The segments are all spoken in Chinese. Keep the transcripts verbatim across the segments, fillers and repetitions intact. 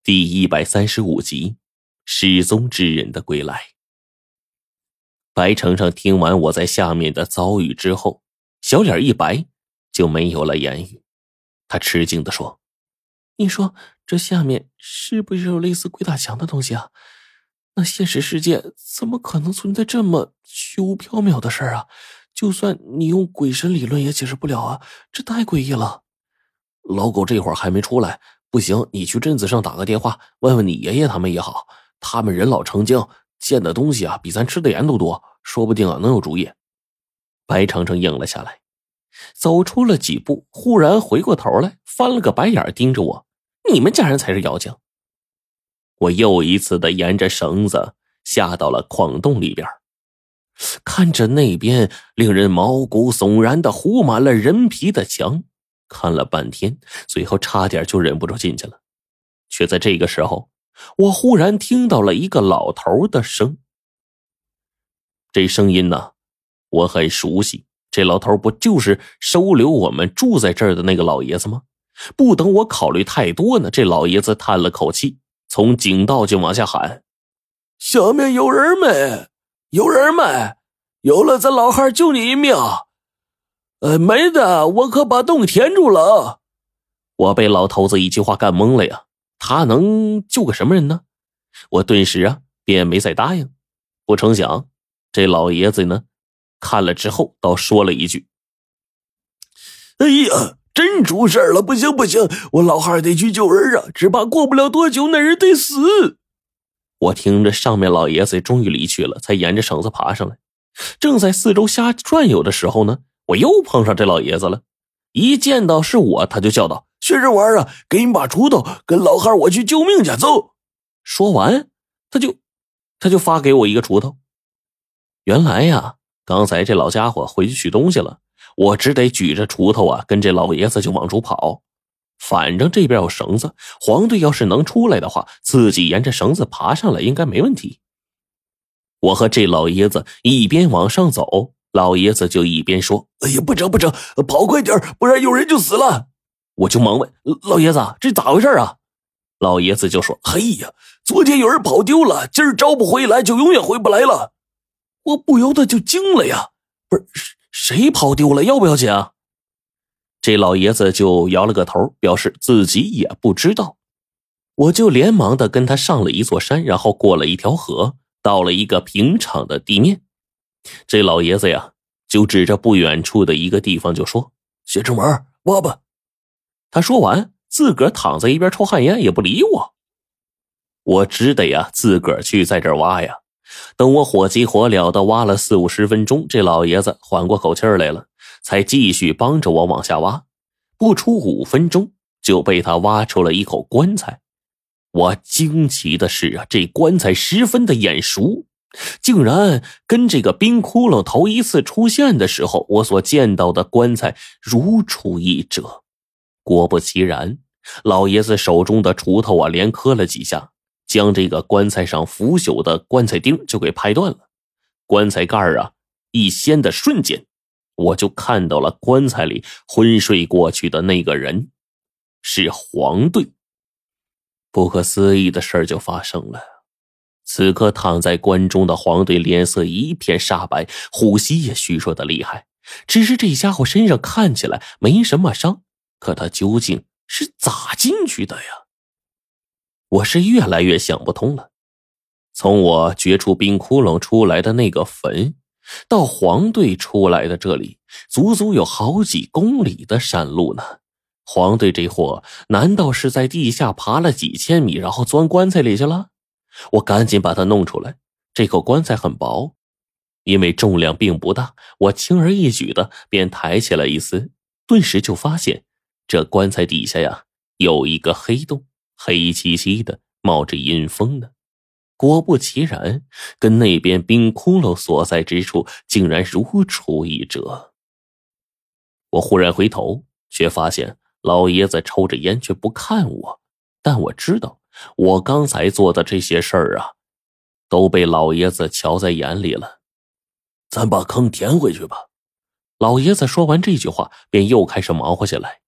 第一百三十五集，失踪之人的归来。白程程听完我在下面的遭遇之后，小脸一白，就没有了言语。他吃惊地说：你说这下面是不是有类似鬼打墙的东西啊？那现实世界怎么可能存在这么虚无缥缈的事儿啊？就算你用鬼神理论也解释不了啊，这太诡异了。老狗这会儿还没出来，不行，你去镇子上打个电话，问问你爷爷他们也好，他们人老成精，见的东西啊比咱吃的盐都多，说不定啊能有主意。白程程应了下来，走出了几步，忽然回过头来，翻了个白眼盯着我：你们家人才是妖精。我又一次的沿着绳子下到了矿洞里边，看着那边令人毛骨悚然的糊满了人皮的墙，看了半天，最后差点就忍不住进去了。却在这个时候，我忽然听到了一个老头的声。这声音呢，我很熟悉，这老头不就是收留我们住在这儿的那个老爷子吗？不等我考虑太多呢，这老爷子叹了口气，从井道就往下喊：下面有人没？有人没？有了，咱老汉救你一命。呃，没的，我可把洞填住了。我被老头子一句话干懵了呀，他能救个什么人呢？我顿时啊便没再答应。不成想这老爷子呢看了之后倒说了一句：哎呀，真出事了，不行不行，我老汉得去救人啊，只怕过不了多久那人得死。我听着上面老爷子终于离去了，才沿着绳子爬上来。正在四周瞎转悠的时候呢，我又碰上这老爷子了。一见到是我，他就叫道：学生娃啊，给你把锄头，跟老汉我去救命去，走。说完他就他就发给我一个锄头。原来呀，刚才这老家伙回去取东西了，我只得举着锄头啊跟这老爷子就往出跑。反正这边有绳子，黄队要是能出来的话，自己沿着绳子爬上来应该没问题。我和这老爷子一边往上走，老爷子就一边说：哎呀，不成不成，跑快点，不然有人就死了。我就忙问：老爷子，这咋回事啊？老爷子就说：嘿呀，昨天有人跑丢了，今儿找不回来就永远回不来了。我不由得就惊了呀，不是谁跑丢了，要不要紧啊？这老爷子就摇了个头，表示自己也不知道。我就连忙的跟他上了一座山，然后过了一条河，到了一个平敞的地面。这老爷子呀就指着不远处的一个地方就说：学生娃，挖吧。他说完自个儿躺在一边抽旱烟，也不理我。我只得呀自个儿去在这儿挖呀。等我火急火燎的挖了四五十分钟，这老爷子缓过口气来了，才继续帮着我往下挖。不出五分钟就被他挖出了一口棺材。我惊奇的是啊，这棺材十分的眼熟，竟然跟这个冰窟窿头一次出现的时候我所见到的棺材如出一辙。果不其然，老爷子手中的锄头啊连磕了几下，将这个棺材上腐朽的棺材钉就给拍断了。棺材盖啊一掀的瞬间，我就看到了棺材里昏睡过去的那个人，是黄队。不可思议的事儿就发生了。此刻躺在棺中的黄队脸色一片煞白，呼吸也虚弱的厉害。只是这家伙身上看起来没什么伤，可他究竟是咋进去的呀？我是越来越想不通了。从我掘出冰窟窿出来的那个坟，到黄队出来的这里，足足有好几公里的山路呢。黄队这货难道是在地下爬了几千米，然后钻棺材里去了？我赶紧把它弄出来。这口棺材很薄，因为重量并不大，我轻而易举的便抬起了一丝，顿时就发现这棺材底下呀有一个黑洞，黑漆漆的，冒着阴风呢。果不其然，跟那边冰窟窿所在之处竟然如出一辙。我忽然回头，却发现老爷子抽着烟却不看我，但我知道我刚才做的这些事儿啊都被老爷子瞧在眼里了。咱把坑填回去吧。老爷子说完这句话便又开始忙活起来。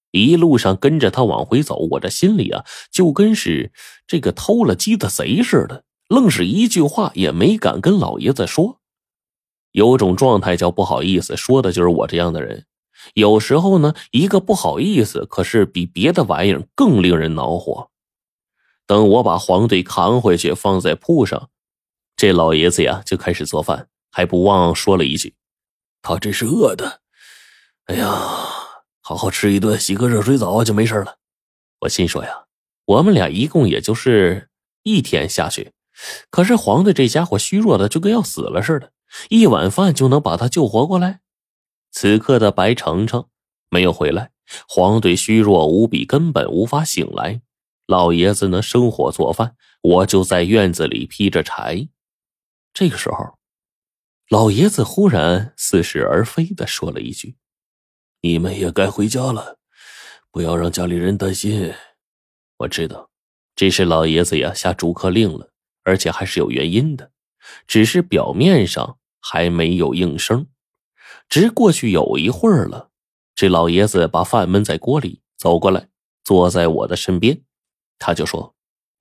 一路上跟着他往回走，我这心里啊就跟是这个偷了鸡的贼似的，愣是一句话也没敢跟老爷子说。有种状态叫不好意思，说的就是我这样的人。有时候呢，一个不好意思可是比别的玩意儿更令人恼火。等我把黄队扛回去放在铺上，这老爷子呀就开始做饭，还不忘说了一句：他这是饿的，哎呀，好好吃一顿，洗个热水澡就没事了。我心说呀，我们俩一共也就是一天下去，可是黄队这家伙虚弱的就跟要死了似的，一碗饭就能把他救活过来。此刻的白程程没有回来，黄队虚弱无比，根本无法醒来。老爷子呢生火做饭，我就在院子里劈着柴。这个时候，老爷子忽然似是而非地说了一句：你们也该回家了，不要让家里人担心。我知道这是老爷子呀下逐客令了，而且还是有原因的，只是表面上还没有应声。直过去有一会儿了，这老爷子把饭焖在锅里，走过来坐在我的身边，他就说：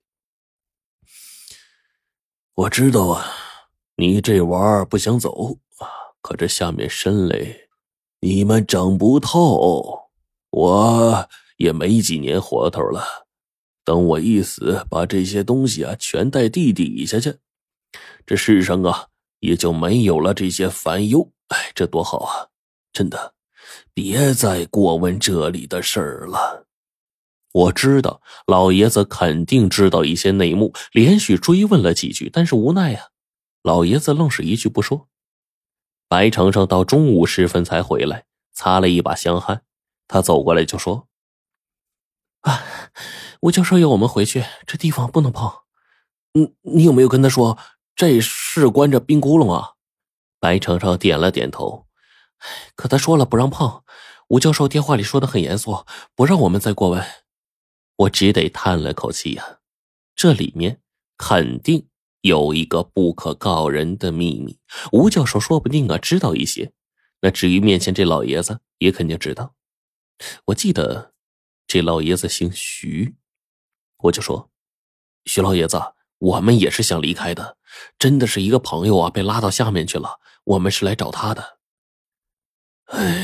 我知道啊，你这玩儿不想走啊，可这下面深嘞，你们整不透，我也没几年活头了，等我一死，把这些东西啊全带地底下去，这世上啊也就没有了这些烦忧。哎，这多好啊，真的，别再过问这里的事儿了。我知道老爷子肯定知道一些内幕，连续追问了几句，但是无奈啊，老爷子愣是一句不说。白程程到中午时分才回来，擦了一把香汗，他走过来就说：啊，吴教授要我们回去，这地方不能碰。嗯，你有没有跟他说这事关着冰窟窿啊？白程程点了点头。可他说了不让碰，吴教授电话里说的很严肃，不让我们再过问。我只得叹了口气呀，这里面肯定有一个不可告人的秘密，吴教授说不定啊知道一些，那至于面前这老爷子也肯定知道。我记得这老爷子姓徐，我就说：徐老爷子，我们也是想离开的，真的是一个朋友啊被拉到下面去了，我们是来找他的。哎呀，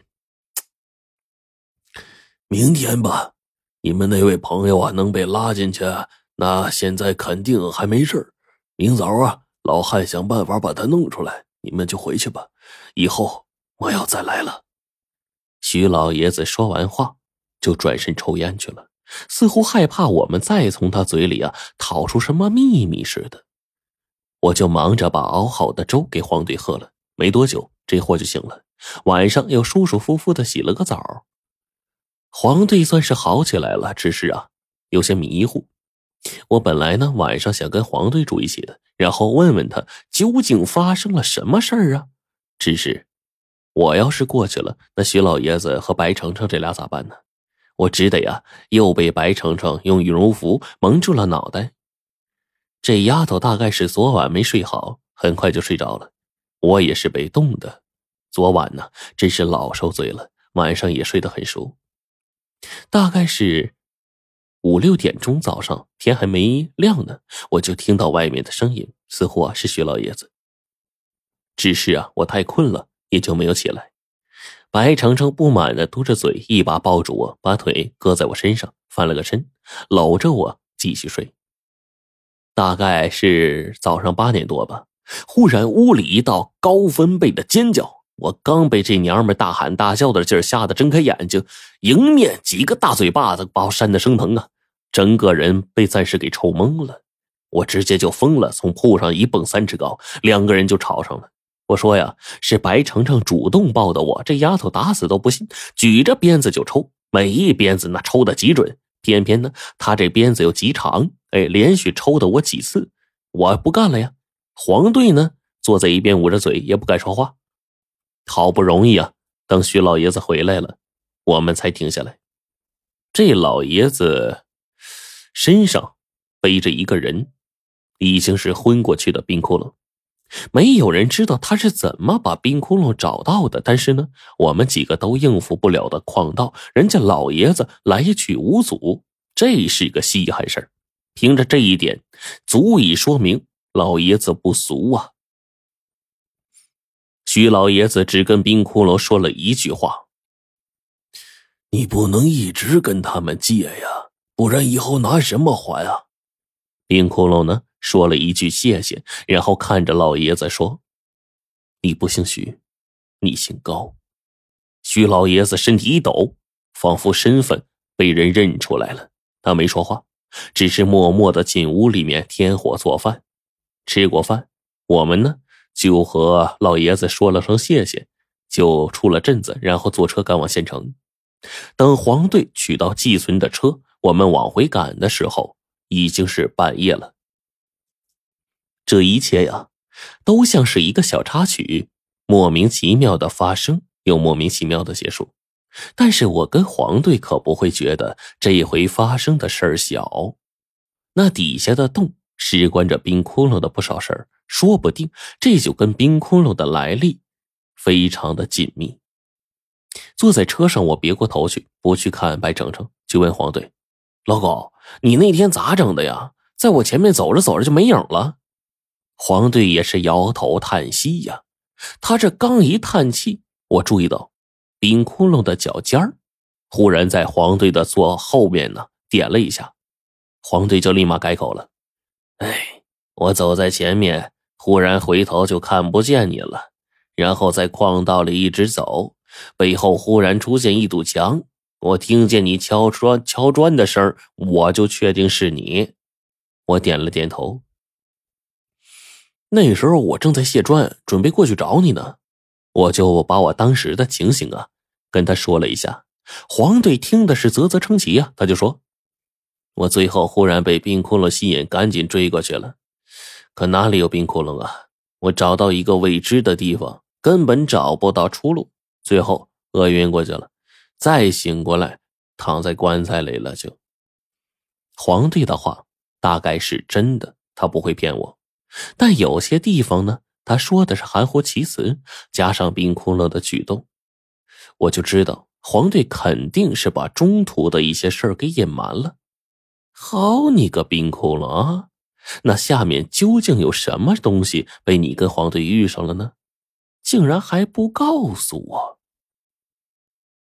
明天吧，你们那位朋友啊能被拉进去，那现在肯定还没事。明早啊，老汉想办法把他弄出来，你们就回去吧，以后我要再来了。徐老爷子说完话就转身抽烟去了，似乎害怕我们再从他嘴里啊讨出什么秘密似的。我就忙着把熬好的粥给黄队喝了，没多久这货就醒了，晚上又舒舒服服的洗了个澡。黄队算是好起来了，只是啊有些迷糊。我本来呢晚上想跟黄队住一起的，然后问问他究竟发生了什么事儿啊。只是我要是过去了，那徐老爷子和白程程这俩咋办呢？我只得呀又被白程程用羽绒服蒙住了脑袋。这丫头大概是昨晚没睡好，很快就睡着了。我也是被冻的，昨晚呢真是老受罪了，晚上也睡得很熟。大概是五六点钟早上，天还没亮呢，我就听到外面的声音，似乎啊是徐老爷子。只是啊我太困了，也就没有起来。白程程不满地嘟着嘴，一把抱住我，把腿搁在我身上，翻了个身，搂着我继续睡。大概是早上八点多吧，忽然屋里一道高分贝的尖叫，我刚被这娘们大喊大叫的劲儿吓得睁开眼睛，迎面几个大嘴巴子把我扇得生疼啊，整个人被暂时给抽懵了。我直接就疯了，从铺上一蹦三尺高，两个人就吵上了。我说呀，是白程程主动抱的我，这丫头打死都不信，举着鞭子就抽，每一鞭子那抽的极准，偏偏呢她这鞭子又极长，哎，连续抽的我几次。我不干了呀，黄队呢坐在一边捂着嘴也不敢说话。好不容易啊，等徐老爷子回来了，我们才停下来。这老爷子身上背着一个人，已经是昏过去的冰窟窿。 没有人知道他是怎么把冰窟窿找到的，但是呢，我们几个都应付不了的矿道，人家老爷子来去无阻，这是个稀罕事儿。凭着这一点，足以说明老爷子不俗啊。徐老爷子只跟冰窟窿说了一句话：你不能一直跟他们借呀，不然以后拿什么还啊？冰窟窿呢说了一句谢谢，然后看着老爷子说：你不姓徐，你姓高。徐老爷子身体一抖，仿佛身份被人认出来了。他没说话，只是默默地进屋里面添火做饭。吃过饭，我们呢就和老爷子说了声谢谢，就出了镇子，然后坐车赶往县城。等黄队取到寄存的车，我们往回赶的时候已经是半夜了。这一切呀，都像是一个小插曲，莫名其妙的发生，又莫名其妙的结束。但是我跟黄队可不会觉得这一回发生的事儿小，那底下的洞事关着冰窟窿的不少事儿，说不定这就跟冰窟窿的来历非常的紧密。坐在车上，我别过头去，不去看白程程，就问黄队：老狗，你那天咋整的呀？在我前面走着走着就没影了。黄队也是摇头叹息呀。他这刚一叹气，我注意到冰窟窿的脚尖儿忽然在黄队的座后面呢点了一下。黄队就立马改口了：哎，我走在前面，忽然回头就看不见你了，然后在矿道里一直走，背后忽然出现一堵墙，我听见你敲砖敲砖的声儿，我就确定是你。我点了点头。那时候我正在卸砖，准备过去找你呢。我就把我当时的情形啊跟他说了一下。黄队听的是啧啧称奇啊，他就说：我最后忽然被冰窟窿吸引，赶紧追过去了。可哪里有冰窟窿啊？我找到一个未知的地方，根本找不到出路，最后饿晕过去了，再醒过来躺在棺材里了就。黄队的话大概是真的，他不会骗我。但有些地方呢，他说的是含糊其辞，加上冰窟窿的举动，我就知道黄队肯定是把中途的一些事儿给隐瞒了。好你个冰窟窿啊！那下面究竟有什么东西被你跟黄队遇上了呢？竟然还不告诉我。